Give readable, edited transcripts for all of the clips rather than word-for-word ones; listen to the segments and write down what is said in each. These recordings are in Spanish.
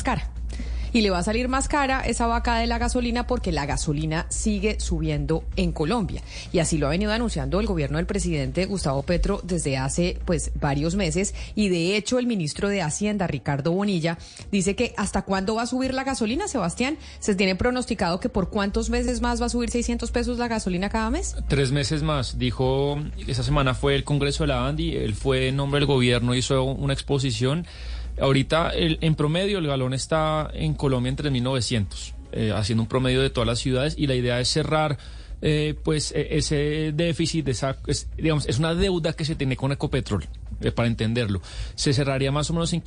más cara. Y le va a salir más cara esa vaca de la gasolina porque la gasolina sigue subiendo en Colombia. Y así lo ha venido anunciando el gobierno del presidente Gustavo Petro desde hace varios meses. Y de hecho el ministro de Hacienda, Ricardo Bonilla, dice que ¿hasta cuándo va a subir la gasolina, Sebastián? ¿Se tiene pronosticado que por cuántos meses más va a subir 600 pesos la gasolina cada mes? 3 meses más, dijo. Esa semana fue el Congreso de la ANDI, él fue en nombre del gobierno, hizo una exposición. Ahorita, en promedio, el galón está en Colombia en 3.900, haciendo un promedio de todas las ciudades, y la idea es cerrar ese déficit, es una deuda que se tiene con Ecopetrol, para entenderlo. Se cerraría más o menos en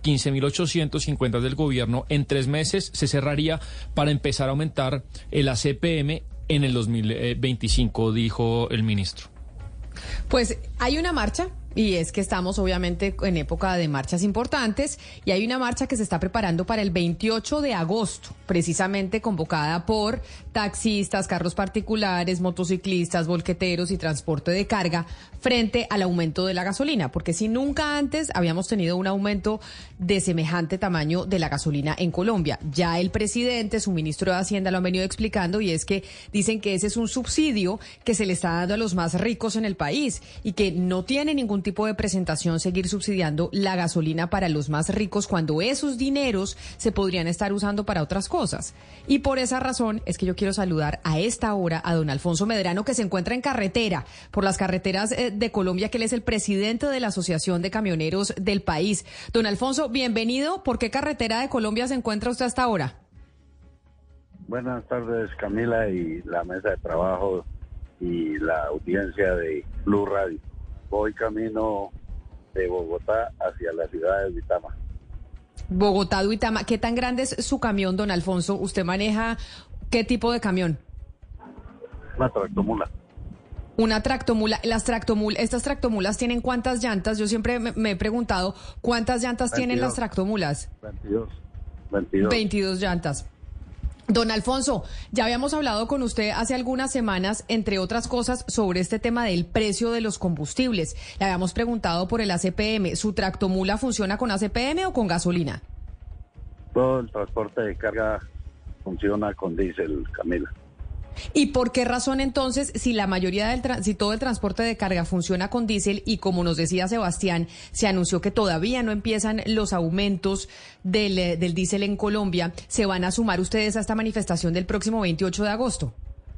15.850 del gobierno. En 3 meses se cerraría para empezar a aumentar el ACPM en el 2025, dijo el ministro. Pues hay una marcha. Y es que estamos obviamente en época de marchas importantes y hay una marcha que se está preparando para el 28 de agosto, precisamente convocada por taxistas, carros particulares, motociclistas, volqueteros y transporte de carga frente al aumento de la gasolina, porque si nunca antes habíamos tenido un aumento de semejante tamaño de la gasolina en Colombia. Ya el presidente, su ministro de Hacienda lo han venido explicando y es que dicen que ese es un subsidio que se le está dando a los más ricos en el país y que no tiene ningún tipo de presentación seguir subsidiando la gasolina para los más ricos cuando esos dineros se podrían estar usando para otras cosas. Y por esa razón es que yo quiero saludar a esta hora a don Alfonso Medrano, que se encuentra en carretera, por las carreteras de Colombia, que él es el presidente de la Asociación de Camioneros del país. Don Alfonso, bienvenido. ¿Por qué carretera de Colombia se encuentra usted hasta ahora? Buenas tardes, Camila, y la mesa de trabajo y la audiencia de Blue Radio. Voy camino de Bogotá hacia la ciudad de Duitama. Bogotá, Duitama. ¿Qué tan grande es su camión, don Alfonso? ¿Usted maneja qué tipo de camión? Una tractomula. Una tractomula. ¿Estas tractomulas tienen cuántas llantas? Yo siempre me he preguntado cuántas llantas 22, tienen las tractomulas. 22 llantas. Don Alfonso, ya habíamos hablado con usted hace algunas semanas, entre otras cosas, sobre este tema del precio de los combustibles. Le habíamos preguntado por el ACPM. ¿Su tractomula funciona con ACPM o con gasolina? Todo el transporte de carga funciona con diésel, Camila. ¿Y por qué razón entonces, si la mayoría si todo el transporte de carga funciona con diésel y como nos decía Sebastián, se anunció que todavía no empiezan los aumentos del diésel en Colombia, se van a sumar ustedes a esta manifestación del próximo 28 de agosto?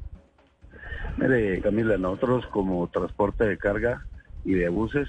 Mire, Camila, nosotros como transporte de carga y de buses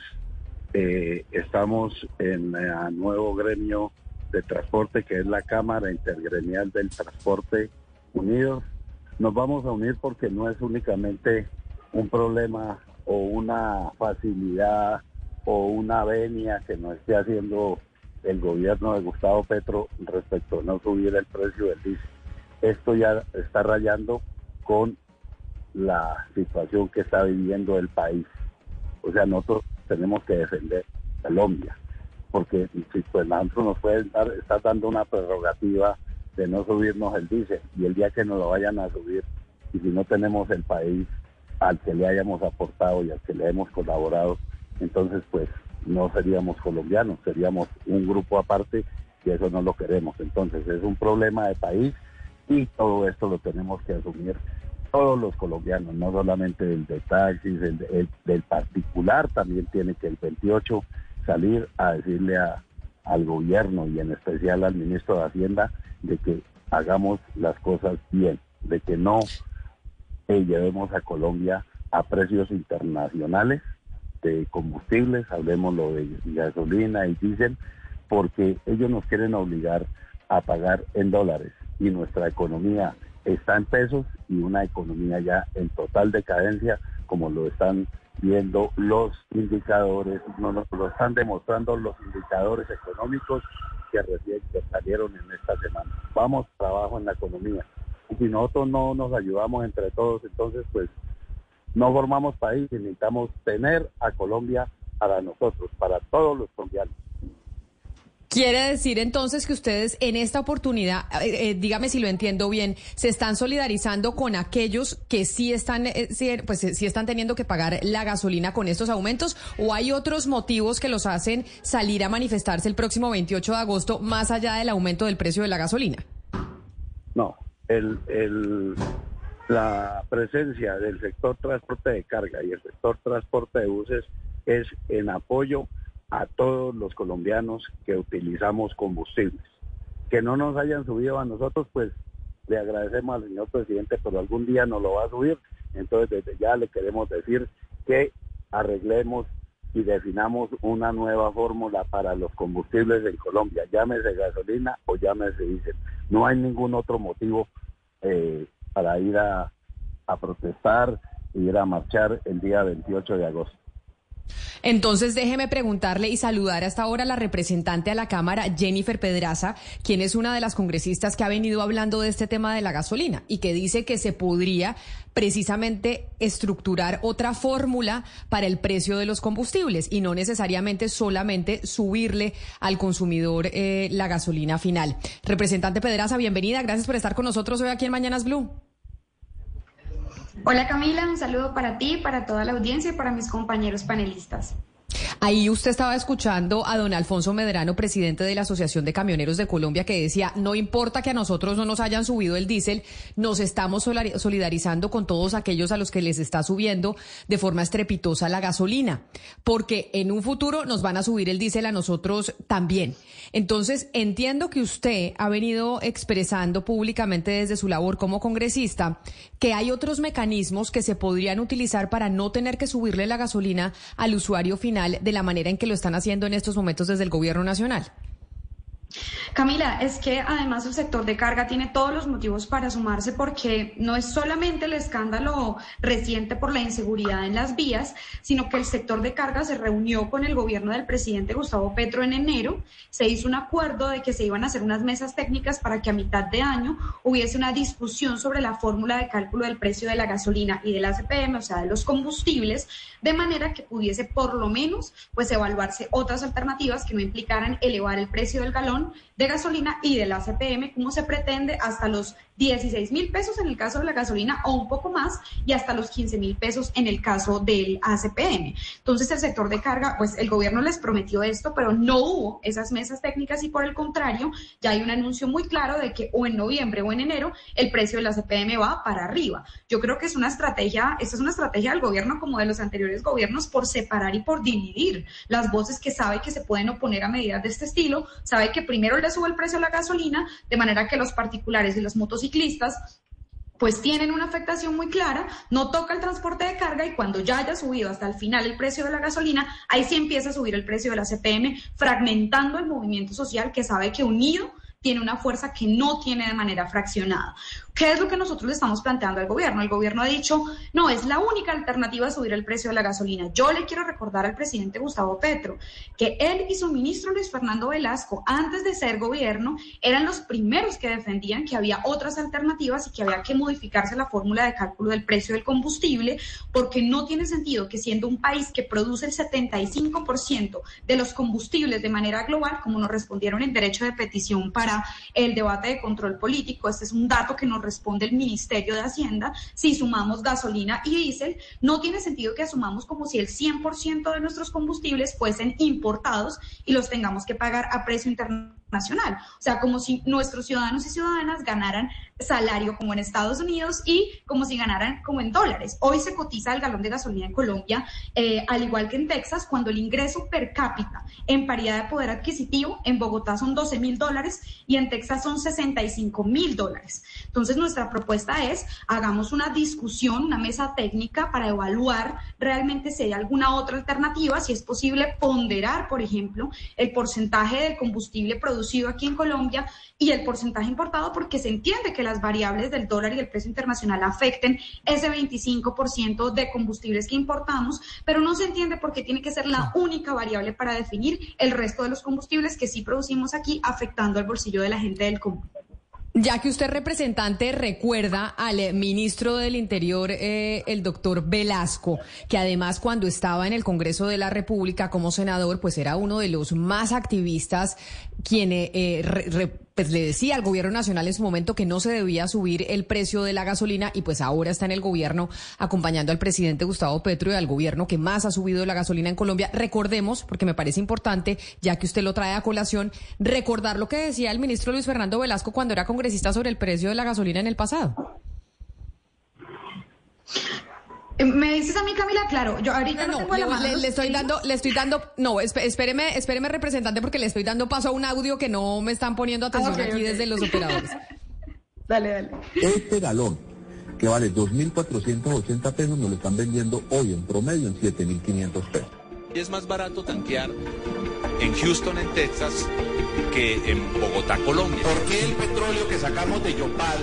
estamos en el nuevo gremio de transporte, que es la Cámara Intergremial del Transporte Unidos. Nos vamos a unir porque no es únicamente un problema o una facilidad o una venia que nos esté haciendo el gobierno de Gustavo Petro respecto a no subir el precio del diésel. Esto ya está rayando con la situación que está viviendo el país. O sea, nosotros tenemos que defender a Colombia, porque si pues nosotros nos pueden estar dando una prerrogativa de no subirnos el diésel, y el día que nos lo vayan a subir, y si no tenemos el país al que le hayamos aportado y al que le hemos colaborado, entonces pues no seríamos colombianos, seríamos un grupo aparte, y eso no lo queremos. Entonces es un problema de país y todo esto lo tenemos que asumir todos los colombianos, no solamente el de taxis, el del particular también tiene que el 28 salir a decirle al gobierno y en especial al ministro de Hacienda de que hagamos las cosas bien, de que no llevemos a Colombia a precios internacionales de combustibles, hablemos lo de gasolina y diésel, porque ellos nos quieren obligar a pagar en dólares y nuestra economía está en pesos y una economía ya en total decadencia, como lo están viendo los indicadores, nos lo están demostrando los indicadores económicos que recién salieron en esta semana. Vamos, trabajo en la economía. Y si nosotros no nos ayudamos entre todos, entonces pues no formamos país y necesitamos tener a Colombia para nosotros, para todos los colombianos. Quiere decir entonces que ustedes en esta oportunidad, dígame si lo entiendo bien, se están solidarizando con aquellos que sí están teniendo que pagar la gasolina con estos aumentos, o hay otros motivos que los hacen salir a manifestarse el próximo 28 de agosto más allá del aumento del precio de la gasolina. No, la presencia del sector transporte de carga y el sector transporte de buses es en apoyo a todos los colombianos que utilizamos combustibles. Que no nos hayan subido a nosotros, pues le agradecemos al señor presidente, pero algún día nos lo va a subir. Entonces desde ya le queremos decir que arreglemos y definamos una nueva fórmula para los combustibles en Colombia, llámese gasolina o llámese diésel. No hay ningún otro motivo para ir a protestar y ir a marchar el día 28 de agosto. Entonces déjeme preguntarle y saludar hasta ahora a la representante a la Cámara, Jennifer Pedraza, quien es una de las congresistas que ha venido hablando de este tema de la gasolina y que dice que se podría precisamente estructurar otra fórmula para el precio de los combustibles y no necesariamente solamente subirle al consumidor la gasolina final. Representante Pedraza, bienvenida, gracias por estar con nosotros hoy aquí en Mañanas Blue. Hola Camila, un saludo para ti, para toda la audiencia y para mis compañeros panelistas. Ahí usted estaba escuchando a don Alfonso Medrano, presidente de la Asociación de Camioneros de Colombia, que decía, no importa que a nosotros no nos hayan subido el diésel, nos estamos solidarizando con todos aquellos a los que les está subiendo de forma estrepitosa la gasolina, porque en un futuro nos van a subir el diésel a nosotros también. Entonces, entiendo que usted ha venido expresando públicamente desde su labor como congresista que hay otros mecanismos que se podrían utilizar para no tener que subirle la gasolina al usuario final de la manera en que lo están haciendo en estos momentos desde el gobierno nacional. Camila, es que además el sector de carga tiene todos los motivos para sumarse porque no es solamente el escándalo reciente por la inseguridad en las vías, sino que el sector de carga se reunió con el gobierno del presidente Gustavo Petro en enero, se hizo un acuerdo de que se iban a hacer unas mesas técnicas para que a mitad de año hubiese una discusión sobre la fórmula de cálculo del precio de la gasolina y del ACPM, o sea, de los combustibles, de manera que pudiese por lo menos pues evaluarse otras alternativas que no implicaran elevar el precio del galón de gasolina y del ACPM, como se pretende, hasta los 16.000 pesos en el caso de la gasolina o un poco más, y hasta los 15.000 pesos en el caso del ACPM. Entonces el sector de carga, pues el gobierno les prometió esto, pero no hubo esas mesas técnicas y por el contrario, ya hay un anuncio muy claro de que o en noviembre o en enero el precio del ACPM va para arriba. Yo creo que esta es una estrategia del gobierno como de los anteriores gobiernos por separar y por dividir las voces que sabe que se pueden oponer a medidas de este estilo, sabe que primero le sube el precio a la gasolina, de manera que los particulares y los motociclistas pues tienen una afectación muy clara, no toca el transporte de carga y cuando ya haya subido hasta el final el precio de la gasolina, ahí sí empieza a subir el precio de la CPM, fragmentando el movimiento social que sabe que unido tiene una fuerza que no tiene de manera fraccionada. ¿Qué es lo que nosotros le estamos planteando al gobierno? El gobierno ha dicho, no, es la única alternativa a subir el precio de la gasolina. Yo le quiero recordar al presidente Gustavo Petro que él y su ministro Luis Fernando Velasco, antes de ser gobierno, eran los primeros que defendían que había otras alternativas y que había que modificarse la fórmula de cálculo del precio del combustible, porque no tiene sentido que siendo un país que produce el 75% de los combustibles de manera global, como nos respondieron en derecho de petición para el debate de control político, este es un dato que nos responde el Ministerio de Hacienda, si sumamos gasolina y diésel, no tiene sentido que asumamos como si el 100% de nuestros combustibles fuesen importados y los tengamos que pagar a precio internacional. O sea, como si nuestros ciudadanos y ciudadanas ganaran salario como en Estados Unidos y como si ganaran como en dólares. Hoy se cotiza el galón de gasolina en Colombia, al igual que en Texas, cuando el ingreso per cápita en paridad de poder adquisitivo en Bogotá son $12,000 y en Texas son $65,000. Entonces nuestra propuesta es, hagamos una discusión, una mesa técnica para evaluar realmente si hay alguna otra alternativa, si es posible ponderar, por ejemplo, el porcentaje del combustible producido aquí en Colombia y el porcentaje importado, porque se entiende que las variables del dólar y el precio internacional afecten ese 25% de combustibles que importamos, pero no se entiende por qué tiene que ser la única variable para definir el resto de los combustibles que sí producimos aquí, afectando al bolsillo de la gente del común. Ya que usted, representante, recuerda al ministro del Interior, el doctor Velasco, que además cuando estaba en el Congreso de la República como senador, pues era uno de los más activistas quien pues le decía al gobierno nacional en su momento que no se debía subir el precio de la gasolina, y pues ahora está en el gobierno acompañando al presidente Gustavo Petro y al gobierno que más ha subido la gasolina en Colombia. Recordemos, porque me parece importante, ya que usted lo trae a colación, recordar lo que decía el ministro Luis Fernando Velasco cuando era congresista sobre el precio de la gasolina en el pasado. ¿Me dices a mí, Camila? Claro, yo ahorita no tengo la mano. Le estoy dando, no, espéreme, representante, porque le estoy dando paso a un audio que no me están poniendo atención aquí desde los operadores. Dale. Este galón, que vale 2.480 pesos, nos lo están vendiendo hoy en promedio en 7.500 pesos. Es más barato tanquear en Houston, en Texas, que en Bogotá, Colombia. ¿Por qué el petróleo que sacamos de Yopal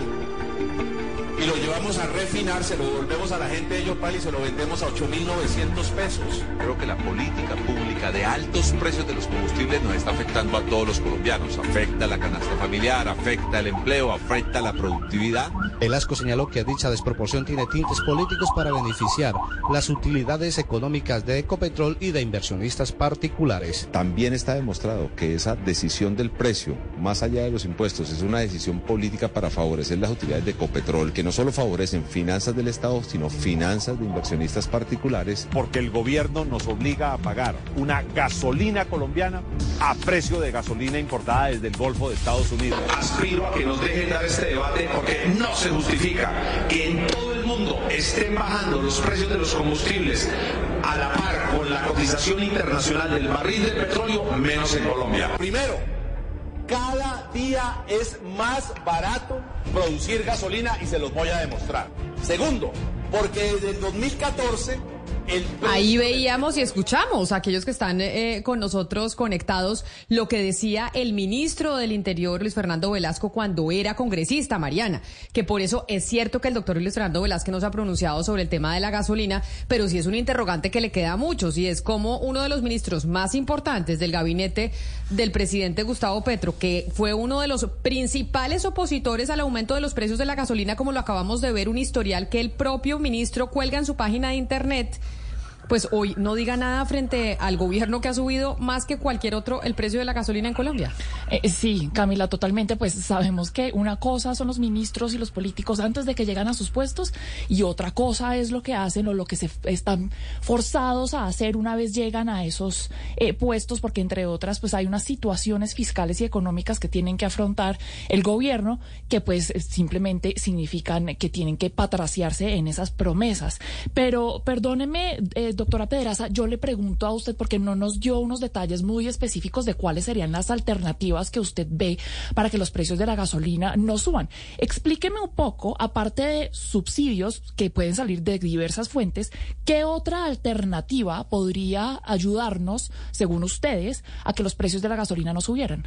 y lo llevamos a refinar, se lo devolvemos a la gente de Yopal y se lo vendemos a 8.900 pesos? Creo que la política pública de altos precios de los combustibles nos está afectando a todos los colombianos. Afecta la canasta familiar, afecta el empleo, afecta la productividad. Velasco señaló que dicha desproporción tiene tintes políticos para beneficiar las utilidades económicas de Ecopetrol y de inversionistas particulares. También está demostrado que esa decisión del precio, más allá de los impuestos, es una decisión política para favorecer las utilidades de Ecopetrol, que no solo favorecen finanzas del Estado, sino finanzas de inversionistas particulares. Porque el gobierno nos obliga a pagar una gasolina colombiana a precio de gasolina importada desde el Golfo de Estados Unidos. Aspiro a que nos dejen dar este debate porque no se justifica que en todo el mundo estén bajando los precios de los combustibles a la par con la cotización internacional del barril de petróleo, menos en Colombia. Primero, cada día es más barato producir gasolina y se los voy a demostrar. Segundo, porque desde el 2014... Ahí veíamos y escuchamos a aquellos que están con nosotros conectados lo que decía el ministro del Interior, Luis Fernando Velasco, cuando era congresista, Mariana, que por eso es cierto que el doctor Luis Fernando Velasco no se ha pronunciado sobre el tema de la gasolina, pero sí es un interrogante que le queda a muchos, y es como uno de los ministros más importantes del gabinete del presidente Gustavo Petro, que fue uno de los principales opositores al aumento de los precios de la gasolina, como lo acabamos de ver, un historial que el propio ministro cuelga en su página de internet, pues hoy no diga nada frente al gobierno que ha subido más que cualquier otro el precio de la gasolina en Colombia. Sí, Camila, totalmente. Pues sabemos que una cosa son los ministros y los políticos antes de que llegan a sus puestos, y otra cosa es lo que hacen o lo que se están forzados a hacer una vez llegan a esos puestos, porque entre otras pues hay unas situaciones fiscales y económicas que tienen que afrontar el gobierno, que pues simplemente significan que tienen que patraciarse en esas promesas. Pero perdóneme, doctora Pedraza, yo le pregunto a usted, porque no nos dio unos detalles muy específicos de cuáles serían las alternativas que usted ve para que los precios de la gasolina no suban. Explíqueme un poco, aparte de subsidios que pueden salir de diversas fuentes, ¿qué otra alternativa podría ayudarnos, según ustedes, a que los precios de la gasolina no subieran?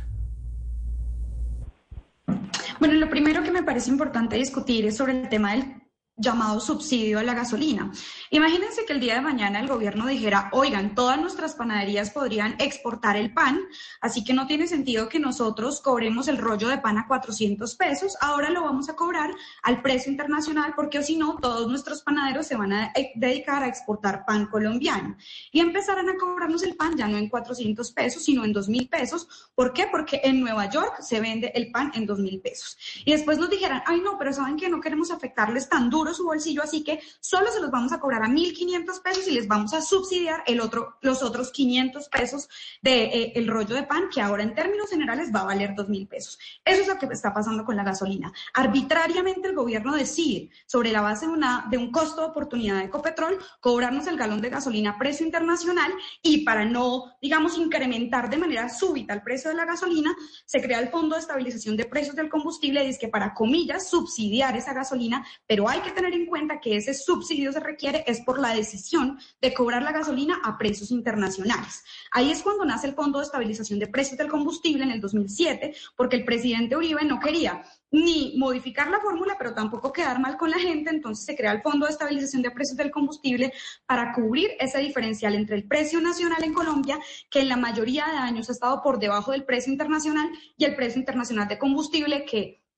Bueno, lo primero que me parece importante discutir es sobre el tema del llamado subsidio a la gasolina. Imagínense que el día de mañana el gobierno dijera, oigan, todas nuestras panaderías podrían exportar el pan, así que no tiene sentido que nosotros cobremos el rollo de pan a 400 pesos, ahora lo vamos a cobrar al precio internacional, porque si no, todos nuestros panaderos se van a dedicar a exportar pan colombiano. Y empezarán a cobrarnos el pan ya no en 400 pesos, sino en 2.000 pesos. ¿Por qué? Porque en Nueva York se vende el pan en 2.000 pesos. Y después nos dijeran, ay no, pero ¿saben que no queremos afectarles tan duro su bolsillo, así que solo se los vamos a cobrar a 1.500 pesos y les vamos a subsidiar los otros 500 pesos de el rollo de pan, que ahora en términos generales va a valer 2.000 pesos. Eso es lo que está pasando con la gasolina. Arbitrariamente el gobierno decide, sobre la base de un costo de oportunidad de Ecopetrol, cobrarnos el galón de gasolina a precio internacional, y para no, digamos, incrementar de manera súbita el precio de la gasolina, se crea el Fondo de Estabilización de Precios del Combustible, y es que para, comillas, subsidiar esa gasolina, pero hay que tener en cuenta que ese subsidio se requiere es por la decisión de cobrar la gasolina a precios internacionales. Ahí es cuando nace el Fondo de Estabilización de Precios del Combustible en el 2007, porque el presidente Uribe no quería ni modificar la fórmula, pero tampoco quedar mal con la gente, entonces se crea el Fondo de Estabilización de Precios del Combustible para cubrir ese diferencial entre el precio nacional en Colombia, que en la mayoría de años ha estado por debajo del precio internacional, y el precio internacional de combustible, que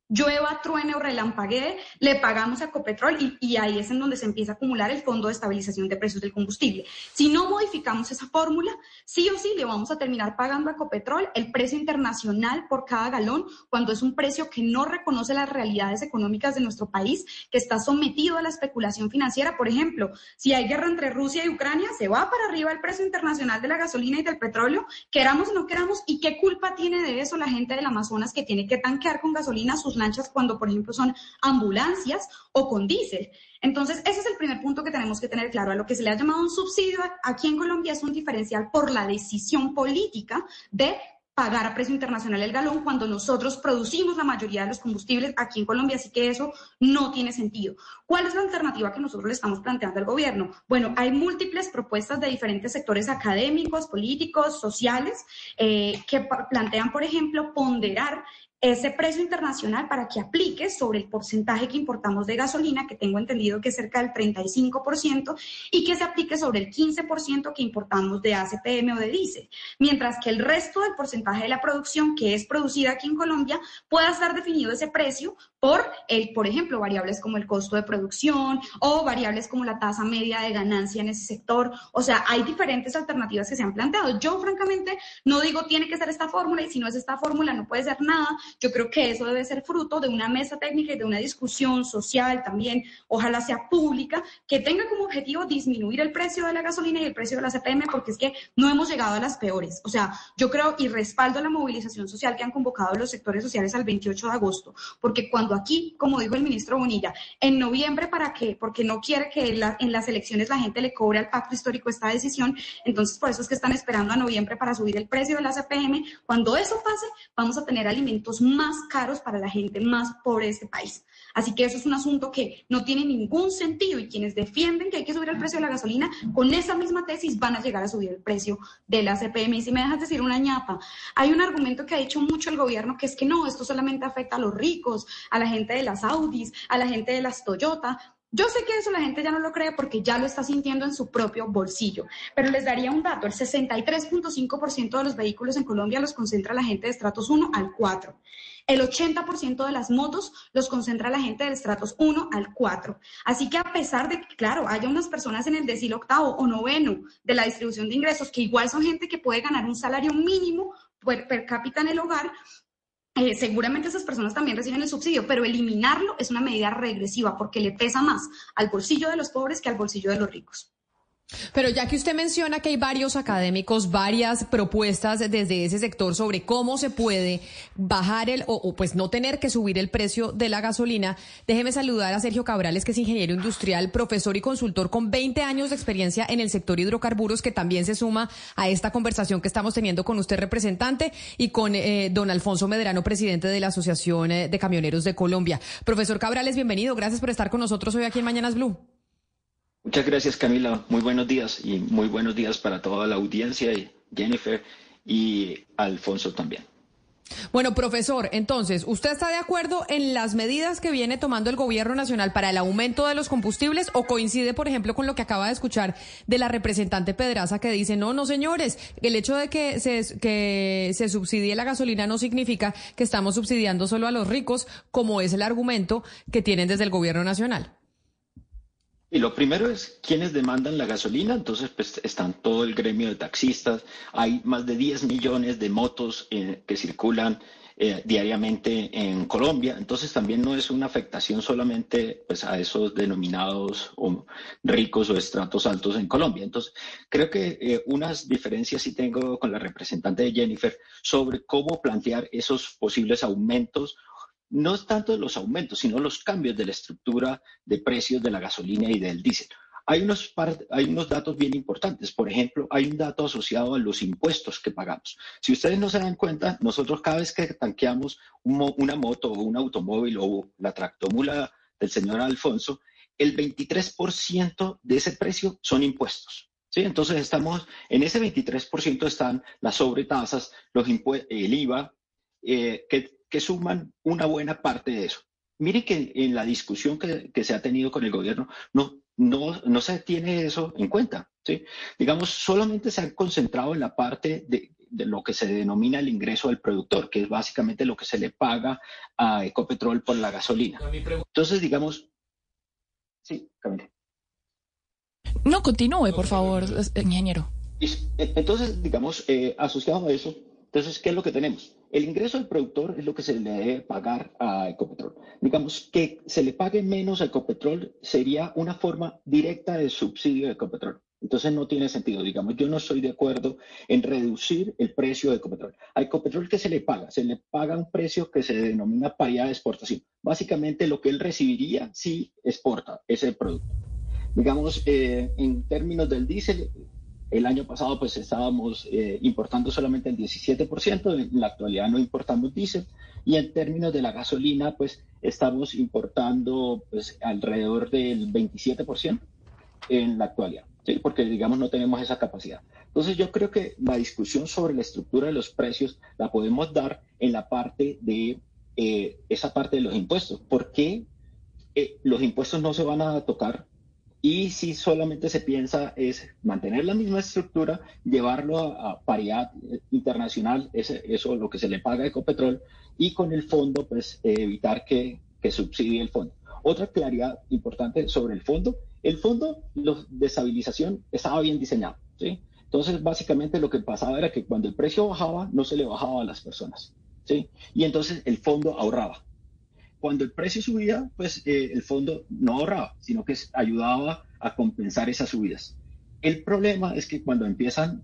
llueva, truene o relampaguee, le pagamos a Ecopetrol y ahí es en donde se empieza a acumular el Fondo de Estabilización de Precios del Combustible. Si no modificamos esa fórmula, sí o sí le vamos a terminar pagando a Ecopetrol el precio internacional por cada galón, cuando es un precio que no reconoce las realidades económicas de nuestro país, que está sometido a la especulación financiera. Por ejemplo, si hay guerra entre Rusia y Ucrania, se va para arriba el precio internacional de la gasolina y del petróleo, queramos o no queramos, ¿y qué culpa tiene de eso la gente del Amazonas que tiene que tanquear con gasolina sus lanchas cuando, por ejemplo, son ambulancias o con diésel? Entonces, ese es el primer punto que tenemos que tener claro. A lo que se le ha llamado un subsidio aquí en Colombia es un diferencial por la decisión política de pagar a precio internacional el galón cuando nosotros producimos la mayoría de los combustibles aquí en Colombia, así que eso no tiene sentido. ¿Cuál es la alternativa que nosotros le estamos planteando al gobierno? Bueno, hay múltiples propuestas de diferentes sectores académicos, políticos, sociales, que plantean, por ejemplo, ponderar ese precio internacional para que aplique sobre el porcentaje que importamos de gasolina, que tengo entendido que es cerca del 35%, y que se aplique sobre el 15% que importamos de ACPM o de diésel, mientras que el resto del porcentaje de la producción que es producida aquí en Colombia pueda estar definido ese precio por ejemplo, variables como el costo de producción o variables como la tasa media de ganancia en ese sector. O sea, hay diferentes alternativas que se han planteado. Yo, francamente, no digo tiene que ser esta fórmula y si no es esta fórmula no puede ser nada. Yo creo que eso debe ser fruto de una mesa técnica y de una discusión social también, ojalá sea pública, que tenga como objetivo disminuir el precio de la gasolina y el precio de la CPM, porque es que no hemos llegado a las peores. O sea, yo creo y respaldo la movilización social que han convocado los sectores sociales al 28 de agosto, porque cuando aquí, como dijo el ministro Bonilla, en noviembre, ¿para qué? Porque no quiere que en las elecciones la gente le cobre al pacto histórico esta decisión, entonces por eso es que están esperando a noviembre para subir el precio de la CPM. Cuando eso pase, vamos a tener alimentos más caros para la gente más pobre de este país. Así que eso es un asunto que no tiene ningún sentido y quienes defienden que hay que subir el precio de la gasolina, con esa misma tesis van a llegar a subir el precio de la CPM. Y si me dejas decir una ñapa, hay un argumento que ha dicho mucho el gobierno, que es que no, esto solamente afecta a los ricos, a la gente de las Audis, a la gente de las Toyota. Yo sé que eso la gente ya no lo cree porque ya lo está sintiendo en su propio bolsillo, pero les daría un dato: el 63.5% de los vehículos en Colombia los concentra la gente de estratos 1 al 4. El 80% de las motos los concentra la gente de estratos 1 al 4. Así que a pesar de que, claro, haya unas personas en el decil octavo o noveno de la distribución de ingresos, que igual son gente que puede ganar un salario mínimo per cápita en el hogar, seguramente esas personas también reciben el subsidio, pero eliminarlo es una medida regresiva porque le pesa más al bolsillo de los pobres que al bolsillo de los ricos. Pero ya que usted menciona que hay varios académicos, varias propuestas desde ese sector sobre cómo se puede bajar o pues no tener que subir el precio de la gasolina, déjeme saludar a Sergio Cabrales, que es ingeniero industrial, profesor y consultor con 20 años de experiencia en el sector hidrocarburos, que también se suma a esta conversación que estamos teniendo con usted, representante, y con don Alfonso Medrano, presidente de la Asociación de Camioneros de Colombia. Profesor Cabrales, bienvenido. Gracias por estar con nosotros hoy aquí en Mañanas Blue. Muchas gracias, Camila. Muy buenos días y muy buenos días para toda la audiencia, y Jennifer y Alfonso también. Bueno, profesor, entonces, ¿usted está de acuerdo en las medidas que viene tomando el gobierno nacional para el aumento de los combustibles o coincide, por ejemplo, con lo que acaba de escuchar de la representante Pedraza, que dice, no, señores, el hecho de que se subsidie la gasolina no significa que estamos subsidiando solo a los ricos, como es el argumento que tienen desde el gobierno nacional? Y lo primero es quiénes demandan la gasolina. Entonces, pues están todo el gremio de taxistas. Hay más de 10 millones de motos que circulan diariamente en Colombia. Entonces, también no es una afectación solamente pues a esos denominados ricos o estratos altos en Colombia. Entonces, creo que unas diferencias sí tengo con la representante de Jennifer sobre cómo plantear esos posibles aumentos. No es tanto de los aumentos, sino los cambios de la estructura de precios de la gasolina y del diésel. Hay unos datos bien importantes. Por ejemplo, hay un dato asociado a los impuestos que pagamos. Si ustedes no se dan cuenta, nosotros cada vez que tanqueamos una moto o un automóvil o la tractomula del señor Alfonso, el 23% de ese precio son impuestos. ¿Sí? Entonces estamos en ese 23% están las sobretasas, el IVA, que suman una buena parte de eso. Mire que en la discusión que se ha tenido con el gobierno no se tiene eso en cuenta, ¿sí? Digamos, solamente se han concentrado en la parte de lo que se denomina el ingreso del productor, que es básicamente lo que se le paga a Ecopetrol por la gasolina. Entonces, digamos, sí, Camila. No, continúe, por favor, ingeniero. Entonces, digamos, asociado a eso, entonces, ¿qué es lo que tenemos? El ingreso del productor es lo que se le debe pagar a Ecopetrol. Digamos, que se le pague menos a Ecopetrol sería una forma directa de subsidio de Ecopetrol. Entonces no tiene sentido. Digamos, yo no estoy de acuerdo en reducir el precio de Ecopetrol. A Ecopetrol, ¿qué se le paga? Se le paga un precio que se denomina paridad de exportación. Básicamente lo que él recibiría si exporta ese producto. Digamos, en términos del diésel, el año pasado pues estábamos importando solamente el 17%, en la actualidad no importamos diésel, y en términos de la gasolina pues estamos importando pues alrededor del 27% en la actualidad, ¿sí? Porque digamos no tenemos esa capacidad. Entonces yo creo que la discusión sobre la estructura de los precios la podemos dar en la parte de esa parte de los impuestos. ¿Por qué los impuestos no se van a tocar? Y si solamente se piensa es mantener la misma estructura, llevarlo a paridad internacional, eso lo que se le paga a Ecopetrol, y con el fondo, pues evitar que subsidie el fondo. Otra claridad importante sobre el fondo de estabilización estaba bien diseñado, ¿sí? Entonces, básicamente lo que pasaba era que cuando el precio bajaba, no se le bajaba a las personas, ¿sí? Y entonces el fondo ahorraba. Cuando el precio subía, pues el fondo no ahorraba, sino que ayudaba a compensar esas subidas. El problema es que cuando empiezan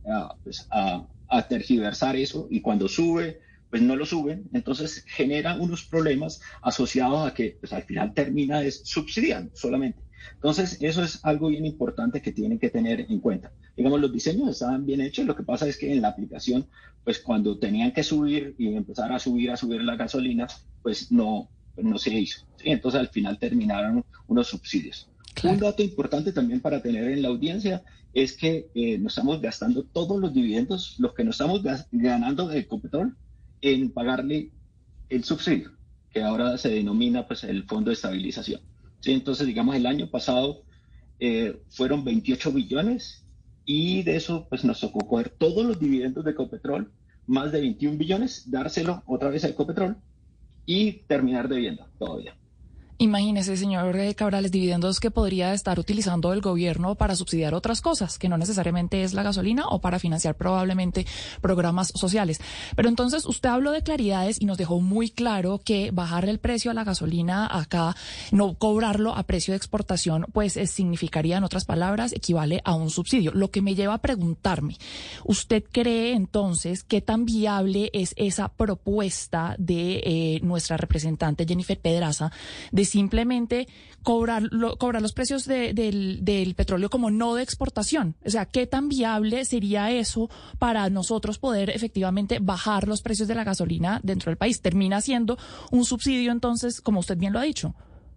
a tergiversar eso y cuando sube, pues no lo suben, entonces genera unos problemas asociados a que pues, al final termina subsidiando solamente. Entonces eso es algo bien importante que tienen que tener en cuenta. Digamos, los diseños estaban bien hechos, lo que pasa es que en la aplicación, pues cuando tenían que subir y empezar a subir la gasolina, pues no se hizo, ¿sí? Entonces al final terminaron unos subsidios. Claro. Un dato importante también para tener en la audiencia es que nos estamos gastando todos los dividendos, los que nos estamos ganando de Ecopetrol, en pagarle el subsidio, que ahora se denomina pues el Fondo de Estabilización, ¿sí? Entonces, digamos, el año pasado fueron 28 billones y de eso pues nos tocó coger todos los dividendos de Ecopetrol, más de 21 billones, dárselo otra vez a Ecopetrol y terminar debiendo todavía. Imagínese, señor Cabrales, dividendos que podría estar utilizando el gobierno para subsidiar otras cosas, que no necesariamente es la gasolina o para financiar probablemente programas sociales. Pero entonces usted habló de claridades y nos dejó muy claro que bajarle el precio a la gasolina acá, no cobrarlo a precio de exportación, pues significaría, en otras palabras, equivale a un subsidio. Lo que me lleva a preguntarme, ¿usted cree entonces qué tan viable es esa propuesta de nuestra representante Jennifer Pedraza de simplemente cobrar los precios del petróleo como no de exportación? O sea, ¿qué tan viable sería eso para nosotros poder efectivamente bajar los precios de la gasolina dentro del país? ¿Termina siendo un subsidio entonces, como usted bien lo ha dicho?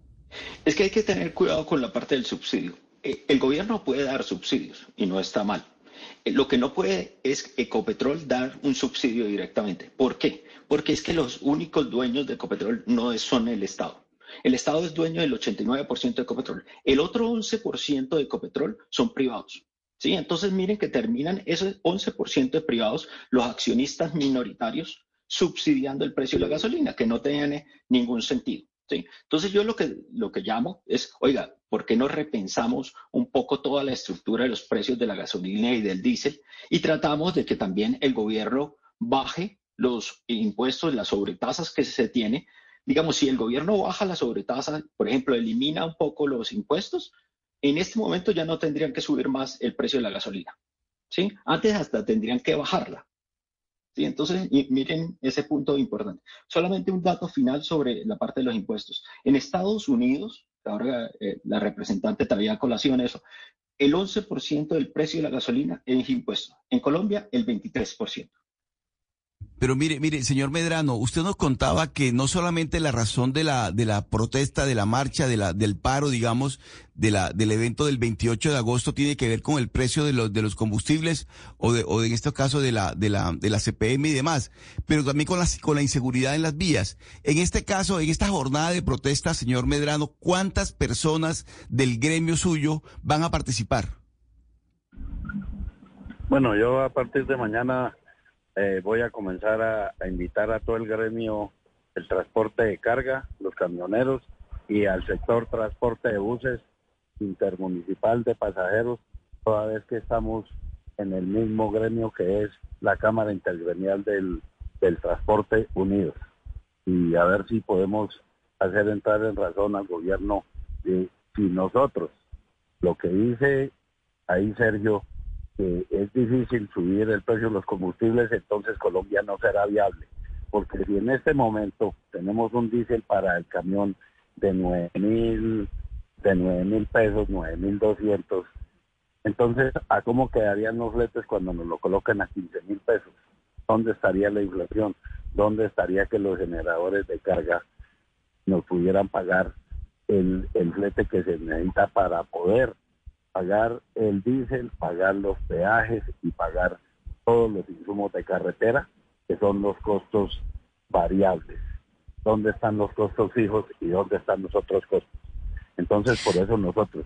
Es que hay que tener cuidado con la parte del subsidio. El gobierno puede dar subsidios y no está mal. Lo que no puede es Ecopetrol dar un subsidio directamente. ¿Por qué? Porque es que los únicos dueños de Ecopetrol no son el Estado. El Estado es dueño del 89% de Ecopetrol. El otro 11% de Ecopetrol son privados, ¿sí? Entonces miren que terminan esos 11% de privados, los accionistas minoritarios, subsidiando el precio de la gasolina, que no tiene ningún sentido, ¿sí? Entonces yo lo que llamo es, oiga, ¿por qué no repensamos un poco toda la estructura de los precios de la gasolina y del diésel y tratamos de que también el gobierno baje los impuestos, las sobretasas que se tiene? Digamos, si el gobierno baja la sobretasa, por ejemplo, elimina un poco los impuestos, en este momento ya no tendrían que subir más el precio de la gasolina, ¿sí? Antes hasta tendrían que bajarla, ¿sí? Entonces, miren ese punto importante. Solamente un dato final sobre la parte de los impuestos. En Estados Unidos, ahora la representante traía a colación eso, el 11% del precio de la gasolina es impuesto. En Colombia, el 23%. Pero mire, señor Medrano, usted nos contaba que no solamente la razón de la protesta, de la marcha, del paro, digamos, del evento del 28 de agosto tiene que ver con el precio de los combustibles o en este caso de la CPM y demás, pero también con la inseguridad en las vías. En este caso, en esta jornada de protesta, señor Medrano, ¿cuántas personas del gremio suyo van a participar? Bueno, yo a partir de mañana voy a comenzar a invitar a todo el gremio del transporte de carga, los camioneros, y al sector transporte de buses, intermunicipal de pasajeros, toda vez que estamos en el mismo gremio que es la Cámara Intergremial del Transporte Unidos. Y a ver si podemos hacer entrar en razón al gobierno de si nosotros, lo que dice ahí Sergio, que es difícil subir el precio de los combustibles, entonces Colombia no será viable. Porque si en este momento tenemos un diésel para el camión de 9.000 pesos, 9.200, entonces, ¿a cómo quedarían los fletes cuando nos lo colocan a 15.000 pesos? ¿Dónde estaría la inflación? ¿Dónde estaría que los generadores de carga nos pudieran pagar el flete que se necesita para poder pagar el diésel, pagar los peajes y pagar todos los insumos de carretera, que son los costos variables? ¿Dónde están los costos fijos y dónde están los otros costos? Entonces, por eso nosotros,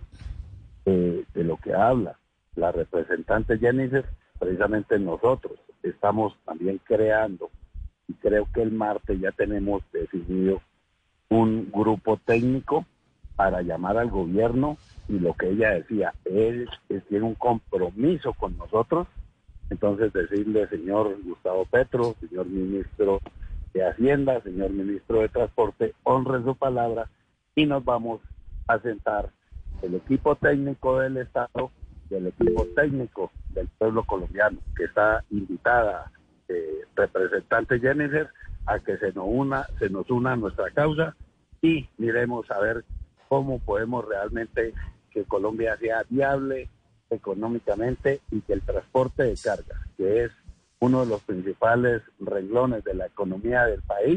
de lo que habla la representante Jennifer, precisamente nosotros estamos también creando, y creo que el martes ya tenemos definido un grupo técnico para llamar al gobierno, y lo que ella decía, él tiene un compromiso con nosotros. Entonces decirle, señor Gustavo Petro, señor ministro de Hacienda, señor ministro de Transporte, honre su palabra y nos vamos a sentar el equipo técnico del Estado y el equipo técnico del pueblo colombiano, que está invitada representante Jennifer a que se nos una a nuestra causa, y miremos a ver cómo podemos realmente que Colombia sea viable económicamente y que el transporte de carga, que es uno de los principales renglones de la economía del país,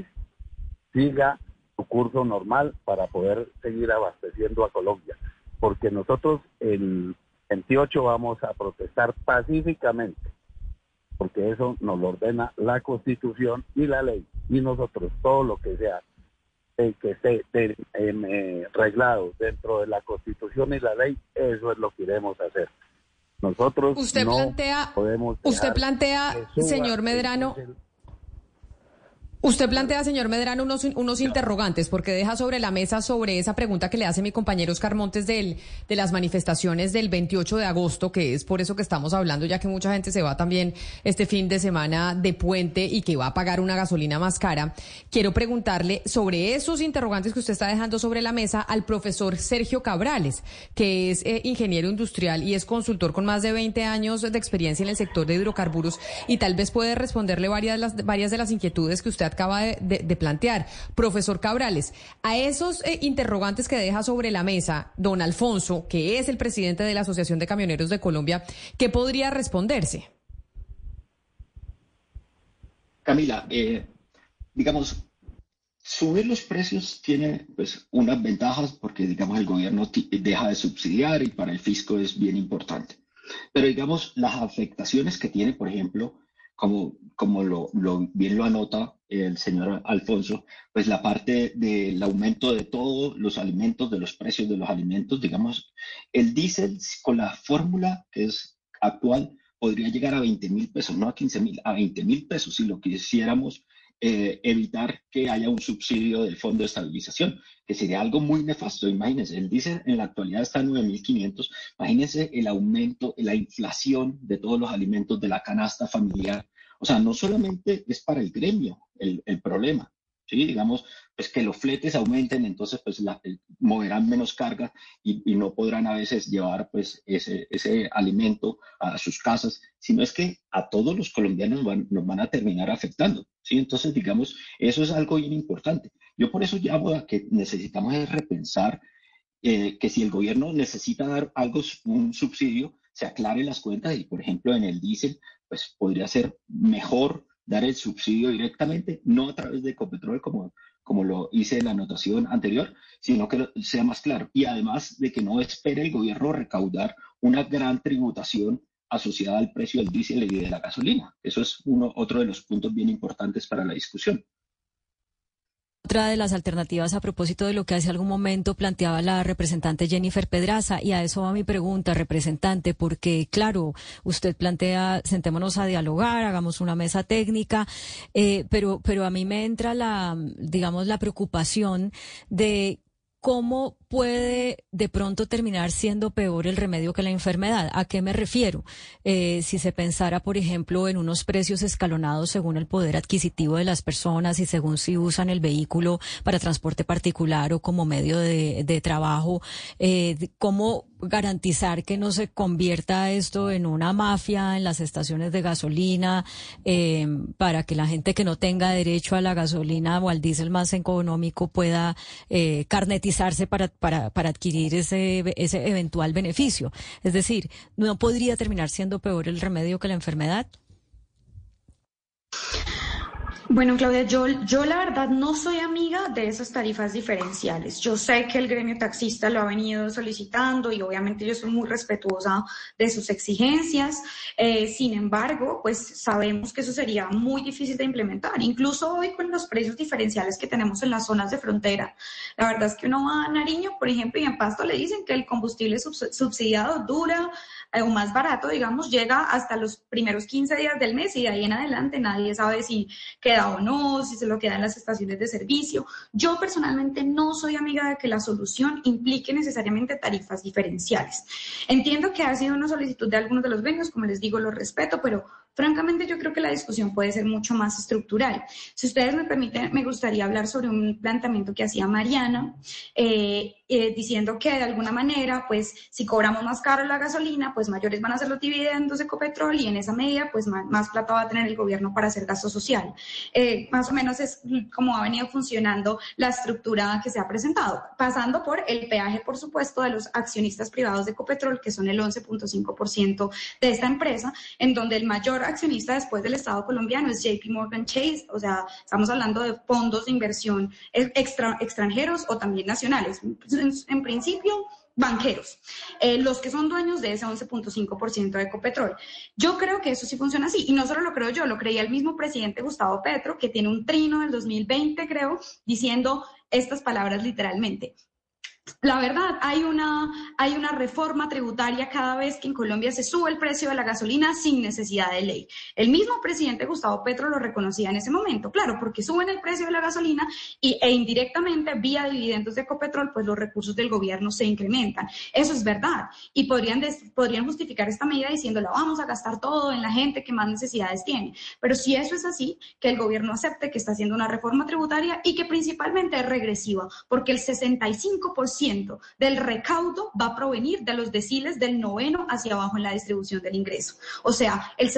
siga su curso normal para poder seguir abasteciendo a Colombia. Porque nosotros el 28 vamos a protestar pacíficamente, porque eso nos lo ordena la Constitución y la ley, y nosotros todo lo que sea que esté reglado dentro de la Constitución y la ley, eso es lo que iremos a hacer. Nosotros podemos señor Medrano, unos interrogantes, porque deja sobre la mesa sobre esa pregunta que le hace mi compañero Oscar Montes de las manifestaciones del 28 de agosto, que es por eso que estamos hablando, ya que mucha gente se va también este fin de semana de puente y que va a pagar una gasolina más cara. Quiero preguntarle sobre esos interrogantes que usted está dejando sobre la mesa al profesor Sergio Cabrales, que es ingeniero industrial y es consultor con más de 20 años de experiencia en el sector de hidrocarburos, y tal vez puede responderle varias de las inquietudes que usted acaba de plantear. Profesor Cabrales, a esos interrogantes que deja sobre la mesa don Alfonso, que es el presidente de la Asociación de Camioneros de Colombia, ¿qué podría responderse? Camila, digamos, subir los precios tiene pues unas ventajas porque, digamos, el gobierno deja de subsidiar y para el fisco es bien importante. Pero, digamos, las afectaciones que tiene, por ejemplo, como bien lo anota el señor Alfonso, pues la parte del aumento de todos los alimentos, de los precios de los alimentos, digamos, el diésel con la fórmula que es actual podría llegar a 20.000 pesos, no a 15.000, a 20.000 pesos, si lo quisiéramos evitar que haya un subsidio del Fondo de Estabilización, que sería algo muy nefasto. Imagínense, el diésel en la actualidad está en 9.500, imagínense el aumento, la inflación de todos los alimentos de la canasta familiar. O sea, no solamente es para el gremio el problema, ¿sí? Digamos, pues que los fletes aumenten, entonces pues moverán menos carga y no podrán a veces llevar pues ese alimento a sus casas, sino es que a todos los colombianos nos van a terminar afectando, ¿sí? Entonces, digamos, eso es algo bien importante. Yo por eso llamo a que necesitamos repensar que si el gobierno necesita dar algo, un subsidio, se aclare las cuentas y, por ejemplo, en el diésel, pues podría ser mejor dar el subsidio directamente, no a través de Ecopetrol como lo hice en la anotación anterior, sino que sea más claro. Y además de que no espere el gobierno recaudar una gran tributación asociada al precio del diésel y de la gasolina. Eso es otro de los puntos bien importantes para la discusión. otra de las alternativas a propósito de lo que hace algún momento planteaba la representante Jennifer Pedraza, y a eso va mi pregunta, representante, porque claro, usted plantea, sentémonos a dialogar, hagamos una mesa técnica, pero a mí me entra la preocupación de ¿cómo puede de pronto terminar siendo peor el remedio que la enfermedad? ¿A qué me refiero? Si se pensara, por ejemplo, en unos precios escalonados según el poder adquisitivo de las personas y según si usan el vehículo para transporte particular o como medio de trabajo, ¿cómo garantizar que no se convierta esto en una mafia en las estaciones de gasolina, para que la gente que no tenga derecho a la gasolina o al diésel más económico pueda carnetizarse para adquirir ese eventual beneficio? Es decir, ¿no podría terminar siendo peor el remedio que la enfermedad? Bueno, Claudia, yo la verdad no soy amiga de esas tarifas diferenciales. Yo sé que el gremio taxista lo ha venido solicitando y obviamente yo soy muy respetuosa de sus exigencias. Sin embargo, pues sabemos que eso sería muy difícil de implementar. Incluso hoy con los precios diferenciales que tenemos en las zonas de frontera, la verdad es que uno va a Nariño, por ejemplo, y en Pasto le dicen que el combustible subsidiado dura o más barato, digamos, llega hasta los primeros 15 días del mes y de ahí en adelante nadie sabe si queda o no, si se lo queda en las estaciones de servicio. Yo personalmente no soy amiga de que la solución implique necesariamente tarifas diferenciales. Entiendo que ha sido una solicitud de algunos de los gremios, como les digo, lo respeto, pero francamente yo creo que la discusión puede ser mucho más estructural. Si ustedes me permiten, me gustaría hablar sobre un planteamiento que hacía Mariana, diciendo que de alguna manera, pues si cobramos más caro la gasolina, pues mayores van a ser los dividendos de Ecopetrol y en esa medida, pues más plata va a tener el gobierno para hacer gasto social. Más o menos es como ha venido funcionando la estructura que se ha presentado, pasando por el peaje, por supuesto, de los accionistas privados de Ecopetrol, que son el 11.5% de esta empresa, en donde el mayor accionista después del Estado colombiano es JP Morgan Chase, o sea, estamos hablando de fondos de inversión extranjeros o también nacionales, en principio banqueros, los que son dueños de ese 11.5% de Ecopetrol. Yo creo que eso sí funciona así, y no solo lo creo yo, lo creía el mismo presidente Gustavo Petro, que tiene un trino del 2020, creo, diciendo estas palabras literalmente. La verdad, hay una reforma tributaria cada vez que en Colombia se sube el precio de la gasolina sin necesidad de ley. El mismo presidente Gustavo Petro lo reconocía en ese momento, claro, porque suben el precio de la gasolina e indirectamente vía dividendos de Ecopetrol, pues los recursos del gobierno se incrementan. Eso es verdad. Y podrían justificar esta medida diciendo, la vamos a gastar todo en la gente que más necesidades tiene. Pero si eso es así, que el gobierno acepte que está haciendo una reforma tributaria y que principalmente es regresiva, porque el 65% del recaudo va a provenir de los deciles del noveno hacia abajo en la distribución del ingreso. O sea, el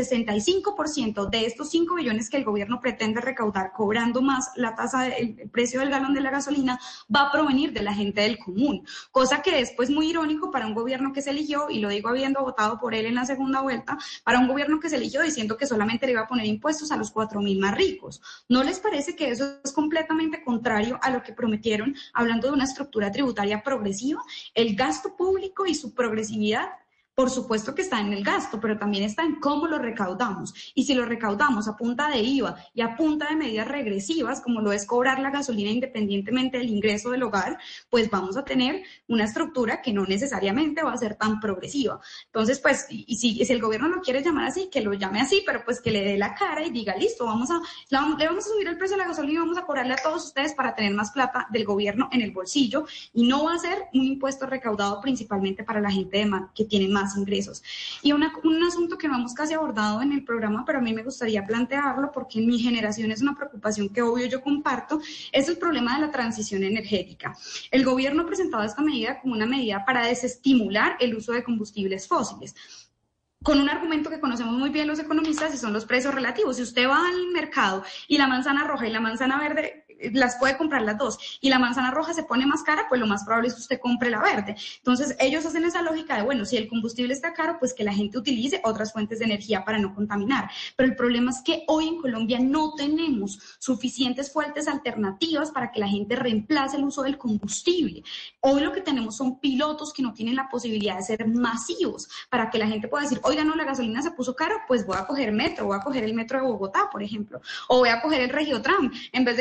65% de estos 5 billones que el gobierno pretende recaudar cobrando más la tasa del precio del galón de la gasolina va a provenir de la gente del común, cosa que es pues muy irónico para un gobierno que se eligió, y lo digo habiendo votado por él en la segunda vuelta, para un gobierno que se eligió diciendo que solamente le iba a poner impuestos a los 4.000 más ricos. ¿No les parece que eso es completamente contrario a lo que prometieron hablando de una estructura tributaria progresiva? El gasto público y su progresividad, por supuesto que está en el gasto, pero también está en cómo lo recaudamos. Y si lo recaudamos a punta de IVA y a punta de medidas regresivas, como lo es cobrar la gasolina independientemente del ingreso del hogar, pues vamos a tener una estructura que no necesariamente va a ser tan progresiva. Entonces, pues, y si el gobierno lo quiere llamar así, que lo llame así, pero pues que le dé la cara y diga, listo, le vamos a subir el precio de la gasolina y vamos a cobrarle a todos ustedes para tener más plata del gobierno en el bolsillo, y no va a ser un impuesto recaudado principalmente para la gente que tiene más ingresos. Y un asunto que no hemos casi abordado en el programa, pero a mí me gustaría plantearlo porque en mi generación es una preocupación que obvio yo comparto, es el problema de la transición energética. El gobierno ha presentado esta medida como una medida para desestimular el uso de combustibles fósiles, con un argumento que conocemos muy bien los economistas y son los precios relativos. Si usted va al mercado y la manzana roja y la manzana verde las puede comprar las dos, y la manzana roja se pone más cara, pues lo más probable es que usted compre la verde. Entonces ellos hacen esa lógica de, bueno, si el combustible está caro, pues que la gente utilice otras fuentes de energía para no contaminar. Pero el problema es que hoy en Colombia no tenemos suficientes fuentes alternativas para que la gente reemplace el uso del combustible. Hoy lo que tenemos son pilotos que no tienen la posibilidad de ser masivos para que la gente pueda decir, oiga, no, la gasolina se puso cara, pues voy a coger metro, voy a coger el metro de Bogotá, por ejemplo, o voy a coger el Regiotram en vez de coger mi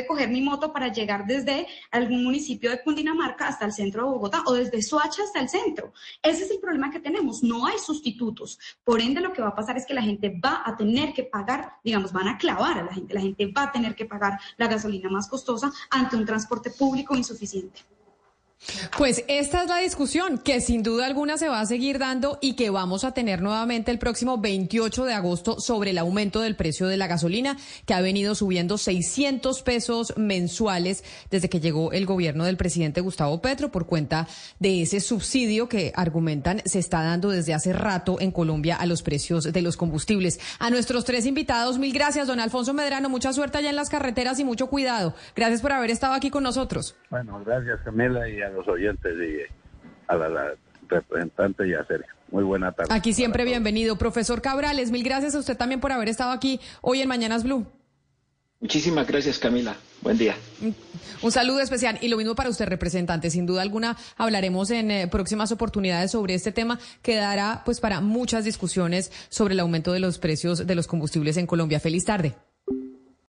moto para llegar desde algún municipio de Cundinamarca hasta el centro de Bogotá o desde Soacha hasta el centro. Ese es el problema que tenemos, no hay sustitutos. Por ende, lo que va a pasar es que la gente va a tener que pagar, digamos, van a clavar a la gente va a tener que pagar la gasolina más costosa ante un transporte público insuficiente. Pues esta es la discusión que sin duda alguna se va a seguir dando y que vamos a tener nuevamente el próximo 28 de agosto sobre el aumento del precio de la gasolina, que ha venido subiendo 600 pesos mensuales desde que llegó el gobierno del presidente Gustavo Petro por cuenta de ese subsidio que argumentan se está dando desde hace rato en Colombia a los precios de los combustibles. A nuestros tres invitados, mil gracias, don Alfonso Medrano, mucha suerte allá en las carreteras y mucho cuidado. Gracias por haber estado aquí con nosotros. Bueno, gracias Camila y a los oyentes y a la representante y a Sergio. Muy buena tarde. Aquí siempre bienvenido. Profesor Cabrales, mil gracias a usted también por haber estado aquí hoy en Mañanas Blue. Muchísimas gracias, Camila. Buen día. Un saludo especial y lo mismo para usted, representante. Sin duda alguna hablaremos en próximas oportunidades sobre este tema que dará pues para muchas discusiones sobre el aumento de los precios de los combustibles en Colombia. Feliz tarde.